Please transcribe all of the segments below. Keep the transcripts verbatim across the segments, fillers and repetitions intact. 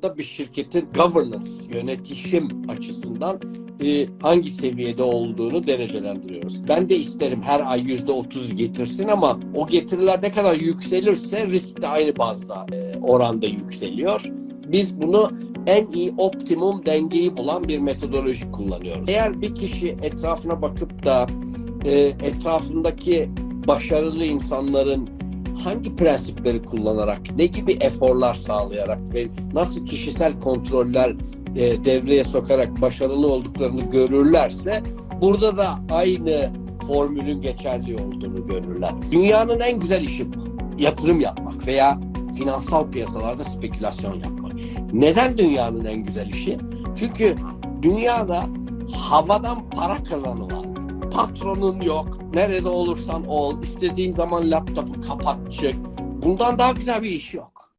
bağlamında bir şirketin governance, yönetişim açısından e, hangi seviyede olduğunu derecelendiriyoruz. Ben de isterim her ay yüzde otuz getirsin ama o getiriler ne kadar yükselirse risk de aynı bazda e, oranda yükseliyor. Biz bunu en iyi optimum dengeyi bulan bir metodoloji kullanıyoruz. Eğer bir kişi etrafına bakıp da e, etrafındaki başarılı insanların hangi prensipleri kullanarak, ne gibi eforlar sağlayarak ve nasıl kişisel kontroller e, devreye sokarak başarılı olduklarını görürlerse burada da aynı formülün geçerli olduğunu görürler. Dünyanın en güzel işi bu. Yatırım yapmak veya finansal piyasalarda spekülasyon yapmak. Neden dünyanın en güzel işi? Çünkü dünyada havadan para kazanılan, patronun yok, nerede olursan ol, istediğin zaman laptopu kapat çık. Bundan daha güzel bir iş yok.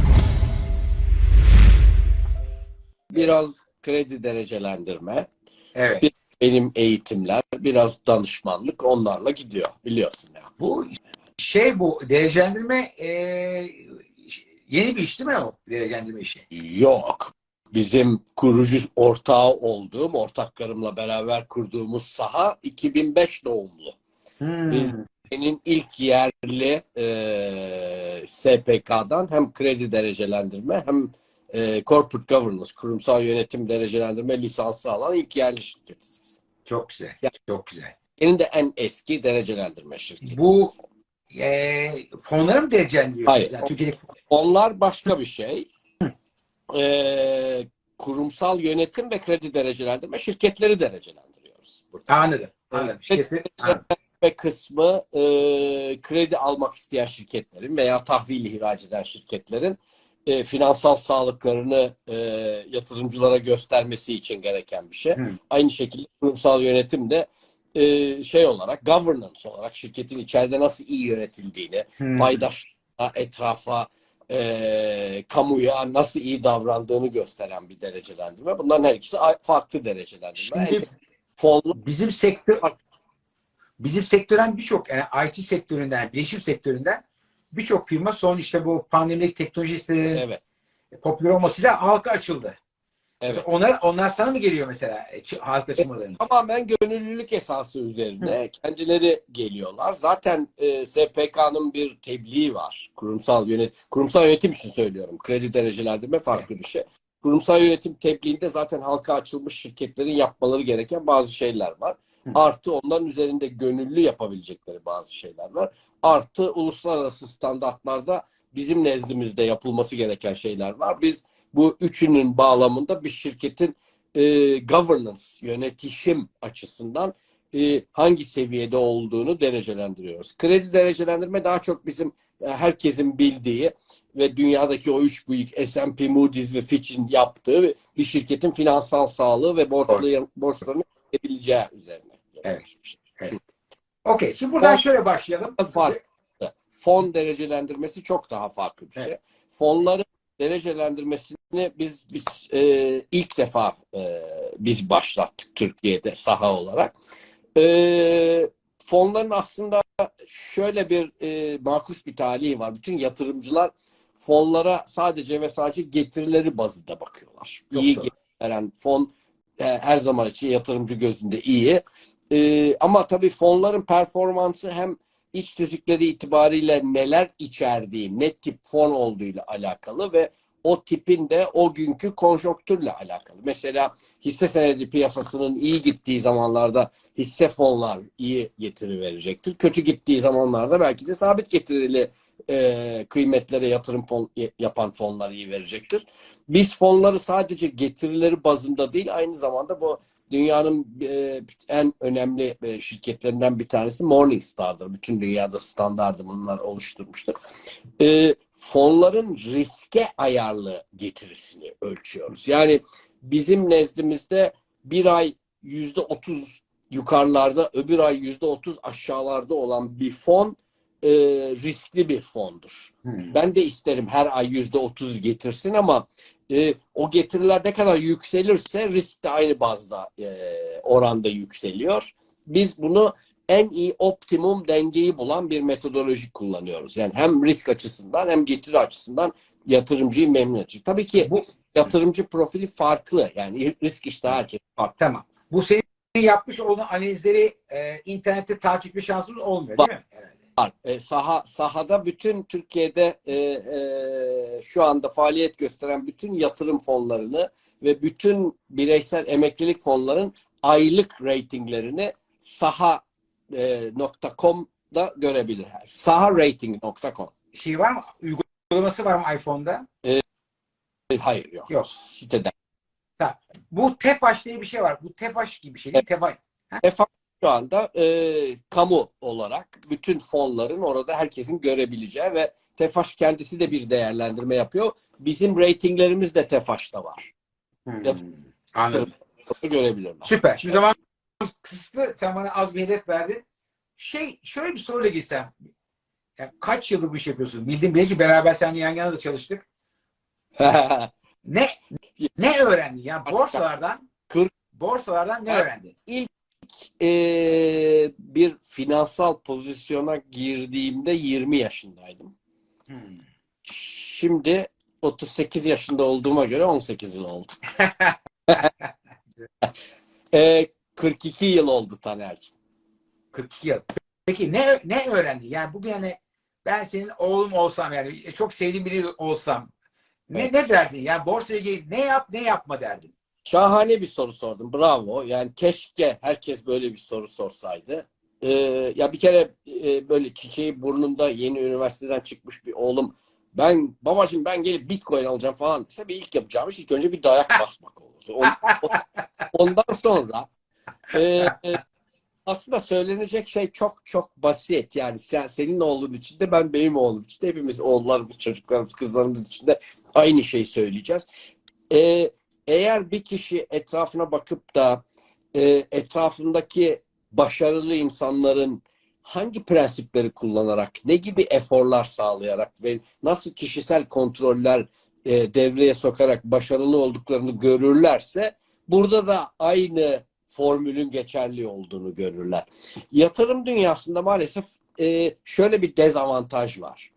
Biraz kredi derecelendirme, evet. bir benim eğitimler, biraz danışmanlık onlarla gidiyor biliyorsun ya. Bu şey bu derecelendirme e, yeni bir iş değil mi o derecelendirme işi? Yok. Bizim kurucu ortağı olduğum, ortaklarımla beraber kurduğumuz saha iki bin beş doğumlu. Hmm. Biz benim ilk yerli e, S P K'dan hem kredi derecelendirme hem e, corporate governance, kurumsal yönetim derecelendirme lisansı alan ilk yerli şirketiz biz. Çok güzel. Yani, çok güzel. benim de en eski derecelendirme şirketi. Bu e, fonları mı derecelendiriyorsunuz? Hayır. Yani Türkiye'de... Onlar başka bir şey. e, kurumsal yönetim ve kredi derecelendirme şirketleri derecelendiriyoruz burada. Anladım. Anladım. Şirketleri, anladım. Ve kısmı e, kredi almak isteyen şirketlerin veya tahvil ihraç eden şirketlerin e, finansal sağlıklarını e, yatırımcılara göstermesi için gereken bir şey. Hmm. Aynı şekilde kurumsal yönetim de e, şey olarak, governance olarak şirketin içeride nasıl iyi yönetildiğini, Hmm. paydaşlara, etrafa, e, kamuya nasıl iyi davrandığını gösteren bir derecelendirme. Bunların her ikisi farklı derecelendirme. Şimdi fonlu bizim sektör bizim sektörden birçok yani I T sektöründen, bilişim sektöründen birçok firma son işte bu pandemideki teknoloji sitelerinin evet. popüler olmasıyla halka açıldı. Evet. Onlar, onlar sana mı geliyor mesela halka açılmalarını? Tamamen gönüllülük esası üzerine Hı. kendileri geliyorlar. Zaten e, S P K'nın bir tebliği var. Kurumsal yönet kurumsal yönetim için söylüyorum. Kredi derecelendirme farklı bir şey. Kurumsal yönetim tebliğinde zaten halka açılmış şirketlerin yapmaları gereken bazı şeyler var. Hı. Artı onların üzerinde gönüllü yapabilecekleri bazı şeyler var. Artı uluslararası standartlarda bizim nezdimizde yapılması gereken şeyler var. Biz bu üçünün bağlamında bir şirketin e, governance, yönetişim açısından e, hangi seviyede olduğunu derecelendiriyoruz. Kredi derecelendirme daha çok bizim e, herkesin bildiği ve dünyadaki o üç büyük S and P, Moody's ve Fitch'in yaptığı bir şirketin finansal sağlığı ve borçlu, borçlarını ödeyebileceği üzerine. Evet. Evet. Okey. Şimdi buradan fon, şöyle başlayalım. Farklı. Fon derecelendirmesi çok daha farklı bir şey. Evet. Fonları derecelendirmesini biz biz e, ilk defa e, biz başlattık Türkiye'de saha olarak. E, fonların aslında şöyle bir e, makus bir talihi var. Bütün yatırımcılar fonlara sadece ve sadece getirileri bazında bakıyorlar. Çok iyi veren fon e, her zaman için yatırımcı gözünde iyi. E, ama tabii fonların performansı hem iç tüzükleri itibariyle neler içerdiği, ne tip fon olduğuyla alakalı ve o tipin de o günkü konjonktürle alakalı. Mesela hisse senedi piyasasının iyi gittiği zamanlarda hisse fonlar iyi getiri verecektir. Kötü gittiği zamanlarda belki de sabit getirili e, kıymetlere yatırım fon, yapan fonlar iyi verecektir. Biz fonları sadece getirileri bazında değil, aynı zamanda bu dünyanın e, en önemli e, şirketlerinden bir tanesi Morningstar'dır. Bütün dünyada standardı bunlar oluşturmuştur. E, fonların riske ayarlı getirisini ölçüyoruz. Yani bizim nezdimizde bir ay yüzde otuz yukarılarda, öbür ay yüzde otuz aşağılarda olan bir fon e, riskli bir fondur. Hmm. Ben de isterim her ay yüzde otuz getirsin ama e, o getiriler ne kadar yükselirse risk de aynı bazda e, oranda yükseliyor. Biz bunu en iyi optimum dengeyi bulan bir metodoloji kullanıyoruz. Yani hem risk açısından hem getiri açısından yatırımcıyı memnun edecek. Tabii ki bu yatırımcı profili farklı. Yani risk iştahı herkes farklı. Tamam. Bu senin yapmış olduğun analizleri e, internette takip etme şansımız olmuyor değil mi? Herhalde. Var. E, saha, sahada bütün Türkiye'de e, e, şu anda faaliyet gösteren bütün yatırım fonlarını ve bütün bireysel emeklilik fonların aylık ratinglerini saha nokta com'da görebilir her. saha rating nokta com. Şey var mı? Uygulaması var mı iPhone'da? E, hayır yok. Yok. Siteden. Tamam. Bu TEFAŞ diye bir şey var. Bu TEFAŞ gibi bir şey değil mi? TEFAŞ. TEFAŞ şu anda e, kamu olarak bütün fonların orada herkesin görebileceği ve TEFAŞ kendisi de bir değerlendirme yapıyor. Bizim ratinglerimiz de TEFAŞ'ta var. Hmm. Anladım. Görebilirler. Süper. Şimdi zaman kısıtlı. Sen bana az bir hedef verdin. Şey, şöyle bir soruyla gitsem. Yani kaç yıldır bu iş yapıyorsun? Bildiğim belki beraber seninle yan yana da çalıştık. Ne ne öğrendin? Yani borsalardan borsalardan ne öğrendin? İlk e, bir finansal pozisyona girdiğimde yirmi yaşındaydım. Hmm. Şimdi otuz sekiz yaşında olduğuma göre on sekiz yıl oldu. e, kırk iki yıl oldu Taner'cim. kırk iki yıl. Peki ne ne öğrendin? Yani bugün hani ben senin oğlum olsam yani çok sevdiğim biri olsam ne evet. ne derdin? Yani borsaya gelip ne yap ne yapma derdin? Şahane bir soru sordum. Bravo. Yani keşke herkes böyle bir soru sorsaydı. Ee, ya bir kere e, böyle çiçeği burnunda yeni üniversiteden çıkmış bir oğlum ben babacığım ben gelip Bitcoin alacağım falan dese bir ilk yapacağım iş ilk önce bir dayak basmak olurdu. On, ondan sonra e, aslında söylenecek şey çok çok basit. Yani sen senin oğlun için de ben benim oğlum için de hepimiz oğullarımız, çocuklarımız, kızlarımız için de aynı şeyi söyleyeceğiz. Ee, eğer bir kişi etrafına bakıp da e, etrafındaki başarılı insanların hangi prensipleri kullanarak, ne gibi eforlar sağlayarak ve nasıl kişisel kontroller e, devreye sokarak başarılı olduklarını görürlerse burada da aynı formülün geçerli olduğunu görürler. Yatırım dünyasında maalesef e, şöyle bir dezavantaj var.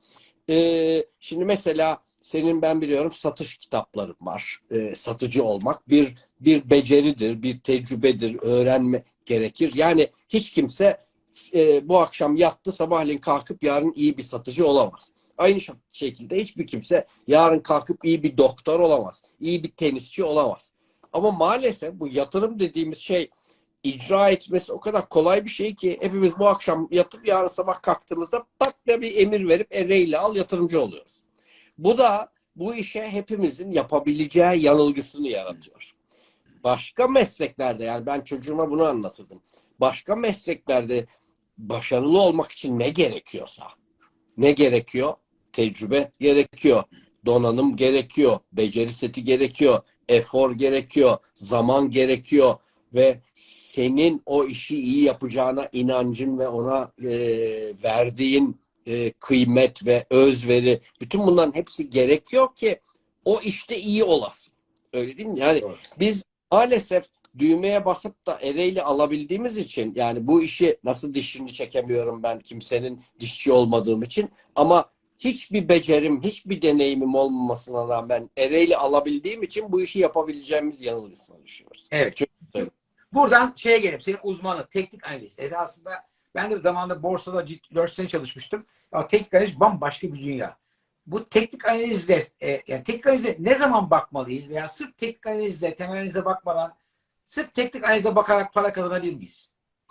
E, şimdi mesela senin ben biliyorum satış kitapların var. E, satıcı olmak bir bir beceridir, bir tecrübedir, öğrenme gerekir. Yani hiç kimse e, bu akşam yattı sabahleyin kalkıp yarın iyi bir satıcı olamaz. Aynı şekilde hiçbir kimse yarın kalkıp iyi bir doktor olamaz, iyi bir tenisçi olamaz. Ama maalesef bu yatırım dediğimiz şey icra etmesi o kadar kolay bir şey ki hepimiz bu akşam yatıp yarın sabah kalktığımızda pat diye bir emir verip ereğiyle al yatırımcı oluyoruz. Bu da bu işe hepimizin yapabileceği yanılgısını yaratıyor. Başka mesleklerde yani ben çocuğuma bunu anlatırdım. Başka mesleklerde başarılı olmak için ne gerekiyorsa ne gerekiyor? Tecrübe gerekiyor. Donanım gerekiyor. Beceri seti gerekiyor. Efor gerekiyor. Zaman gerekiyor. Ve senin o işi iyi yapacağına inancın ve ona e, verdiğin e, kıymet ve özveri bütün bunların hepsi gerekiyor ki o işte iyi olasın. Öyle değil mi? Yani evet. Biz maalesef düğmeye basıp da ereğli alabildiğimiz için yani bu işi nasıl dişini çekemiyorum ben kimsenin dişçi olmadığım için ama hiçbir becerim, hiçbir deneyimim olmamasına rağmen ereğli alabildiğim için bu işi yapabileceğimiz yanılgısına düşüyoruz. Evet. Çok buradan şeye gelelim. Senin uzmanı, teknik analiz. Esasında ben de zamanında borsada dört sene çalışmıştım. Ya, teknik analiz bambaşka bir dünya. Bu teknik analizle e, yani teknik analize ne zaman bakmalıyız? Veya sırf teknik analizle, temel analize bakmadan sırf teknik analize bakarak para kazanabilir miyiz?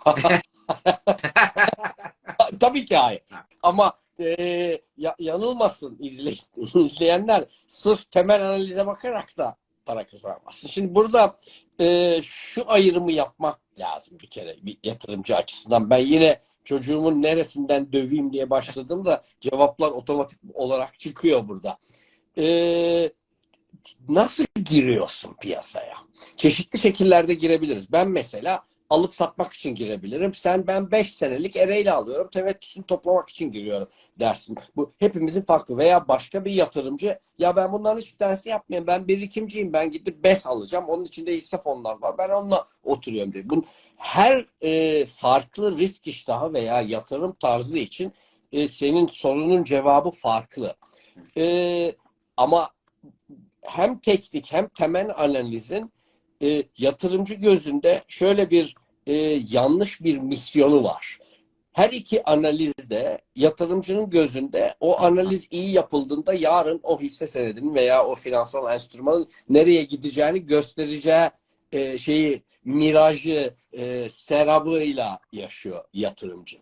Tabii ki hayır. Ama e, ya, yanılmasın izley izleyenler sırf temel analize bakarak da para kazanamazsın. Şimdi burada e, şu ayrımı yapmak lazım bir kere bir yatırımcı açısından. Ben yine çocuğumun neresinden döveyim diye başladım da cevaplar otomatik olarak çıkıyor burada. E, nasıl giriyorsun piyasaya? Çeşitli şekillerde girebiliriz. Ben mesela alıp satmak için girebilirim. Sen ben beş senelik ereğli alıyorum. Tevettüsünü toplamak için giriyorum dersin. Bu hepimizin farklı. Veya başka bir yatırımcı ya ben bunların hiçbir tanesi yapmayayım. Ben birikimciyim. Ben gidip B E S alacağım. Onun içinde hisse fonlar var. Ben onunla oturuyorum diye. Bunun her e, farklı risk iştahı veya yatırım tarzı için e, senin sorunun cevabı farklı. E, ama hem teknik hem temel analizin e, yatırımcı gözünde şöyle bir e, yanlış bir misyonu var. Her iki analizde yatırımcının gözünde o analiz iyi yapıldığında yarın o hisse senedinin veya o finansal enstrümanın nereye gideceğini göstereceği e, şeyi, mirajı, e, serabıyla yaşıyor yatırımcı.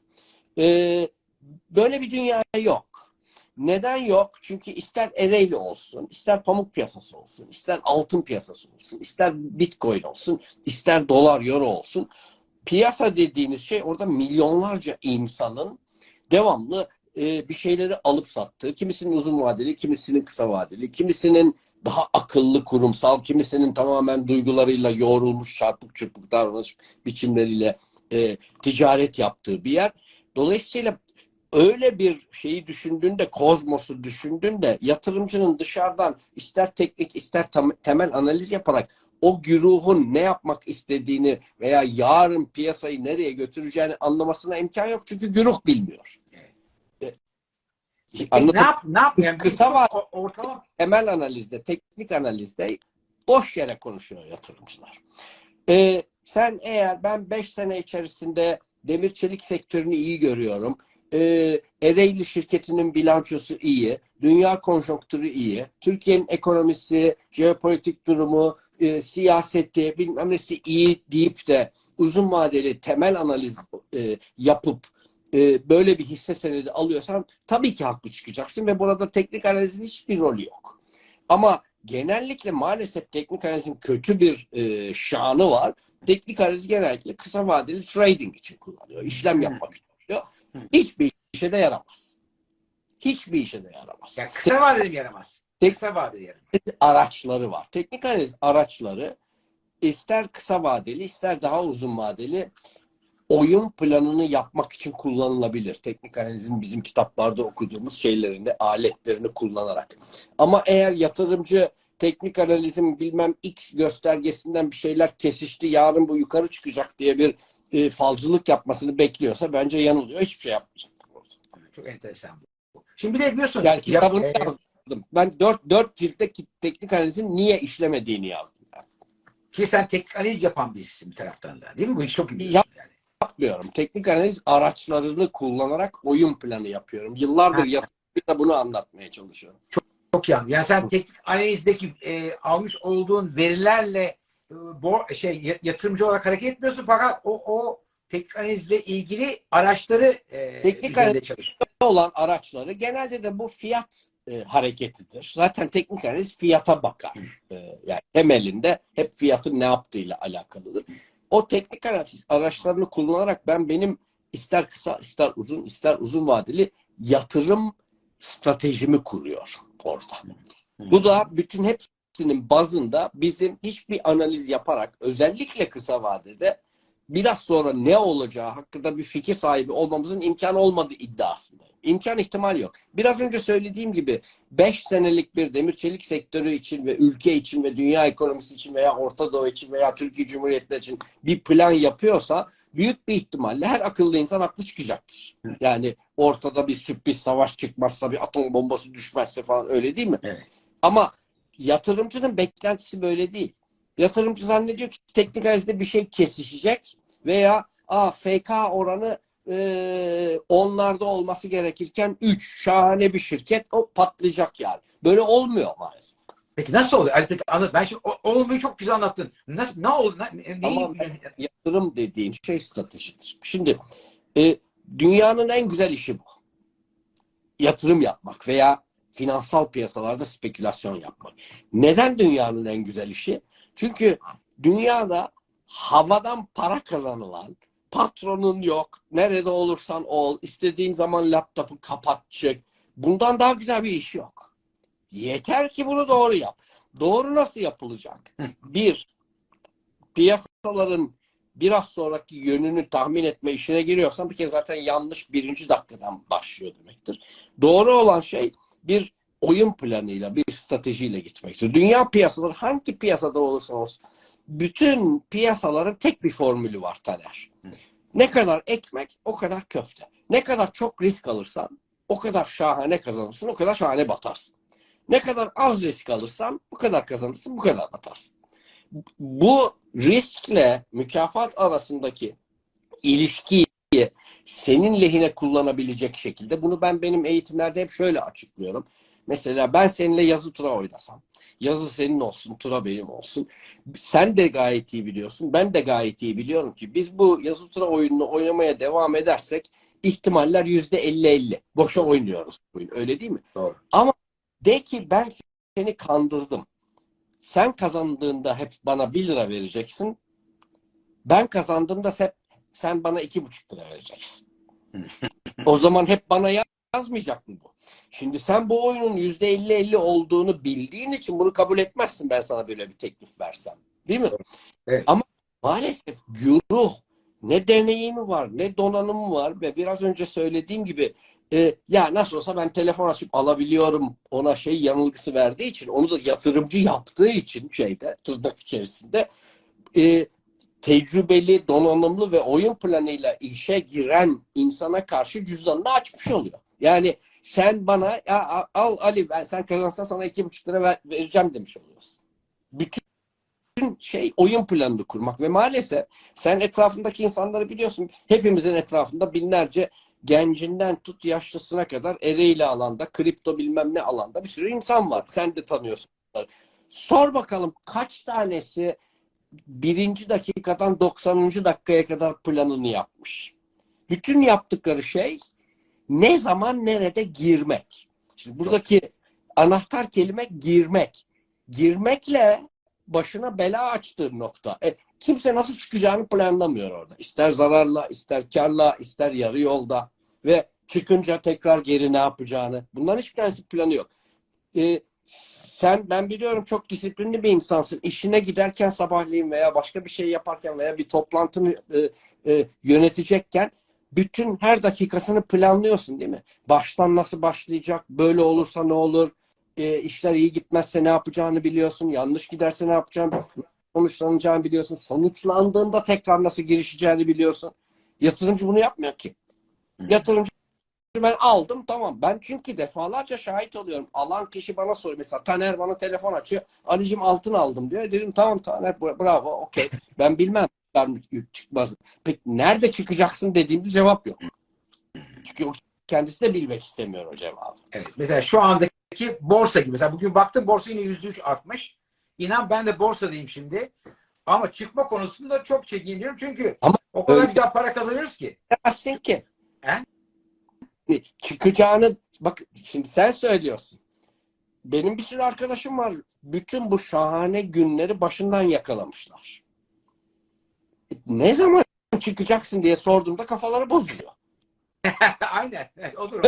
E, böyle bir dünya yok. Neden yok? Çünkü ister Ereğli olsun, ister pamuk piyasası olsun, ister altın piyasası olsun, ister Bitcoin olsun, ister dolar, euro olsun. Piyasa dediğiniz şey orada milyonlarca insanın devamlı e, bir şeyleri alıp sattığı, kimisinin uzun vadeli, kimisinin kısa vadeli, kimisinin daha akıllı kurumsal, kimisinin tamamen duygularıyla yoğrulmuş çarpık çırpık davranış biçimleriyle e, ticaret yaptığı bir yer. Dolayısıyla öyle bir şeyi düşündüğünde, kozmosu düşündüğünde yatırımcının dışarıdan ister teknik ister tam, temel analiz yaparak o güruhun ne yapmak istediğini veya yarın piyasayı nereye götüreceğini anlamasına imkan yok. Çünkü güruh bilmiyor. Peki ne Anlatın. yap ne yap yani Kısa var. Ortalama Temel analizde, teknik analizde boş yere konuşuyor yatırımcılar. Ee, sen eğer ben beş sene içerisinde demir çelik sektörünü iyi görüyorum. Ee, Ereğli şirketinin bilançosu iyi. Dünya konjonktürü iyi. Türkiye'nin ekonomisi, jeopolitik durumu, e, siyaseti bilmem nesi iyi deyip de uzun vadeli temel analiz e, yapıp e, böyle bir hisse senedi alıyorsan tabii ki haklı çıkacaksın ve burada teknik analizin hiçbir rolü yok. Ama genellikle maalesef teknik analizin kötü bir e, şanı var. Teknik analiz genellikle kısa vadeli trading için kullanıyor. İşlem yapmak için kullanıyor. Hiçbir işe de yaramaz. Hiçbir işe de yaramaz. yani kısa vadeli mi yaramaz? Tek, Kısa vadeli yaramaz. araçları var. Teknik analiz araçları ister kısa vadeli ister daha uzun vadeli oyun planını yapmak için kullanılabilir. Teknik analizin bizim kitaplarda okuduğumuz şeylerinde aletlerini kullanarak. Ama eğer yatırımcı teknik analizin bilmem X göstergesinden bir şeyler kesişti, yarın bu yukarı çıkacak diye bir e, falcılık yapmasını bekliyorsa bence yanılıyor. Hiçbir şey yapmayacak. Çok enteresan bu. Şimdi bir de biliyorsun. Yani kitabını yap, e, yazdım. Ben dört, dört ciltte teknik analizin niye işlemediğini yazdım. Yani. Ki sen teknik analiz yapan birisin bir taraftan da. Değil mi? Bu iş çok iyi biliyorsun yani. Yapmıyorum. Teknik analiz araçlarını kullanarak oyun planı yapıyorum. Yıllardır yatırımcıda bunu anlatmaya çalışıyorum. Çok, çok iyi anladım. Yani sen teknik analizdeki e, almış olduğun verilerle e, bo, şey yatırımcı olarak hareket etmiyorsun fakat o, o teknik analizle ilgili araçları e, teknik üzerinde çalışıyorsun. olan araçları genelde de bu fiyat e, hareketidir. Zaten teknik analiz fiyata bakar. E, yani temelinde hep fiyatın ne yaptığıyla alakalıdır. O teknik analiz araçlarını kullanarak ben benim ister kısa ister uzun ister uzun vadeli yatırım stratejimi kuruyorum orada. Bu da bütün hepsinin bazında bizim hiçbir analiz yaparak özellikle kısa vadede biraz sonra ne olacağı hakkında bir fikir sahibi olmamızın imkanı olmadığı iddiasında. İmkan ihtimal yok. Biraz önce söylediğim gibi beş senelik bir demir çelik sektörü için ve ülke için ve dünya ekonomisi için veya Orta Doğu için veya Türkiye Cumhuriyeti için bir plan yapıyorsa büyük bir ihtimalle her akıllı insan haklı çıkacaktır. Yani ortada bir sürpriz savaş çıkmazsa, bir atom bombası düşmezse falan öyle değil mi? Evet. Ama yatırımcının beklentisi böyle değil. Yatırımcı zannediyor ki teknik analizde bir şey kesişecek veya a, F K oranı e, onlarda olması gerekirken üç şahane bir şirket o patlayacak yani. Böyle olmuyor maalesef. Peki nasıl oluyor? Ali, peki, anlat. Ben şimdi o, olmayı çok güzel anlattın. Nasıl, ne oldu? Ne, Ama neyi, yatırım dediğin şey stratejidir. Şimdi e, dünyanın en güzel işi bu. Yatırım yapmak veya finansal piyasalarda spekülasyon yapmak. Neden dünyanın en güzel işi? Çünkü dünyada havadan para kazanılan, patronun yok, nerede olursan ol, istediğin zaman laptopu kapat çık. Bundan daha güzel bir iş yok. Yeter ki bunu doğru yap. Doğru nasıl yapılacak? Bir, piyasaların biraz sonraki yönünü tahmin etme işine giriyorsan bir kez zaten yanlış birinci dakikadan başlıyor demektir. Doğru olan şey bir oyun planıyla, bir stratejiyle gitmektir. Dünya piyasaları hangi piyasada olursa olsun bütün piyasaların tek bir formülü var Taner. Ne kadar ekmek o kadar köfte. Ne kadar çok risk alırsan o kadar şahane kazanırsın, o kadar şahane batarsın. Ne kadar az risk alırsan bu kadar kazanırsın, bu kadar batarsın. Bu riskle mükafat arasındaki ilişkiyi senin lehine kullanabilecek şekilde, bunu ben benim eğitimlerde hep şöyle açıklıyorum. Mesela ben seninle yazı tura oynasam, yazı senin olsun, tura benim olsun. Sen de gayet iyi biliyorsun, ben de gayet iyi biliyorum ki biz bu yazı tura oyununu oynamaya devam edersek ihtimaller yüzde elli elli. Boşa oynuyoruz oyun, öyle değil mi? Doğru. Ama de ki ben seni kandırdım. Sen kazandığında hep bana bir lira vereceksin. Ben kazandığımda hep sen bana iki buçuk lira vereceksin. O zaman hep bana yazmayacak mı bu? Şimdi sen bu oyunun yüzde elli elli olduğunu bildiğin için bunu kabul etmezsin ben sana böyle bir teklif versem. Değil mi? Evet. Ama maalesef güruh ne deneyimi var, ne donanımı var ve biraz önce söylediğim gibi e, ya nasıl olsa ben telefon açıp alabiliyorum, ona şey yanılgısı verdiği için, onu da yatırımcı yaptığı için şeyde, tırnak içerisinde e, tecrübeli, donanımlı ve oyun planıyla işe giren insana karşı cüzdanını açmış oluyor. Yani sen bana ya, al Ali, ben sen kazansan sana iki buçuk lira ver, vereceğim demiş oluyorsun. Bütün şey oyun planını kurmak ve maalesef sen etrafındaki insanları biliyorsun. Hepimizin etrafında binlerce gencinden tut yaşlısına kadar ereğli alanda, kripto bilmem ne alanda bir sürü insan var. Sen de tanıyorsun bunları. Sor bakalım kaç tanesi birinci dakikadan doksanıncı dakikaya kadar planını yapmış. Bütün yaptıkları şey ne zaman nerede girmek. Şimdi buradaki anahtar kelime girmek. Girmekle başına bela açtığın nokta. E, kimse nasıl çıkacağını planlamıyor orada. İster zararla, ister karla, ister yarı yolda ve çıkınca tekrar geri ne yapacağını. Bunların hiçbir tanesi planı yok. E, sen, ben biliyorum, çok disiplinli bir insansın. İşine giderken sabahleyin veya başka bir şey yaparken veya bir toplantını e, e, yönetecekken bütün her dakikasını planlıyorsun değil mi? Baştan nasıl başlayacak? Böyle olursa ne olur? E, işler iyi gitmezse ne yapacağını biliyorsun. Yanlış giderse ne yapacağını, sonuçlanacağını biliyorsun. Sonuçlandığında tekrar nasıl girişeceğini biliyorsun. Yatırımcı bunu yapmıyor ki. Yatırımcı ben aldım tamam. Ben çünkü defalarca şahit oluyorum. Alan kişi bana soruyor. Mesela Taner bana telefon açıyor. Ali'cim altın aldım diyor. Dedim tamam Taner bravo okey. Ben bilmem. Ben yük çıkmaz. Peki nerede çıkacaksın dediğimde cevap yok. Çünkü o kendisi de bilmek istemiyor o cevabı. Evet. Mesela şu andaki borsa gibi. Mesela bugün baktım borsa yine yüzde üç artmış. İnan ben de borsadayım şimdi. Ama çıkma konusunda çok çekiniyorum. Çünkü Ama o kadar öyle güzel para kazanıyoruz ki. demezsin ki. He? Çıkacağını bak şimdi sen söylüyorsun. Benim bir sürü arkadaşım var. Bütün bu şahane günleri başından yakalamışlar. Ne zaman çıkacaksın diye sorduğumda kafaları bozuluyor. Aynen. Olur.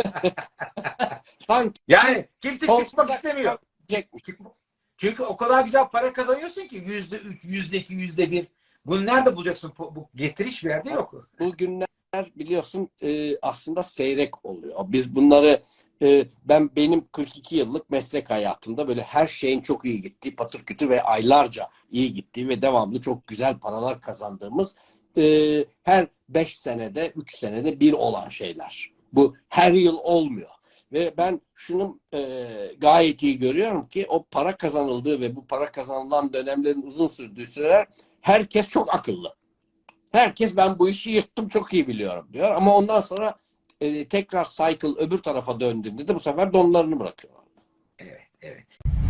Sanki Yani kimse çıkmak sonsuza istemiyor. kalacakmış. Çünkü o kadar güzel para kazanıyorsun ki yüzde üç, yüzde iki, yüzde bir. Bunu nerede bulacaksın? Bu getiriş bir yerde yok. Bu günler biliyorsun e, aslında seyrek oluyor. Biz bunları e, ben benim kırk iki yıllık meslek hayatımda böyle her şeyin çok iyi gittiği, patır kütür ve aylarca iyi gittiği ve devamlı çok güzel paralar kazandığımız e, her beş senede, üç senede bir olan şeyler. Bu her yıl olmuyor. Ve ben şunu e, gayet iyi görüyorum ki o para kazanıldığı ve bu para kazanılan dönemlerin uzun sürdüğü süreler herkes çok akıllı. Herkes ben bu işi yırttım çok iyi biliyorum diyor. Ama ondan sonra e, tekrar cycle öbür tarafa döndüğünde de bu sefer donlarını bırakıyorlar. Evet, evet.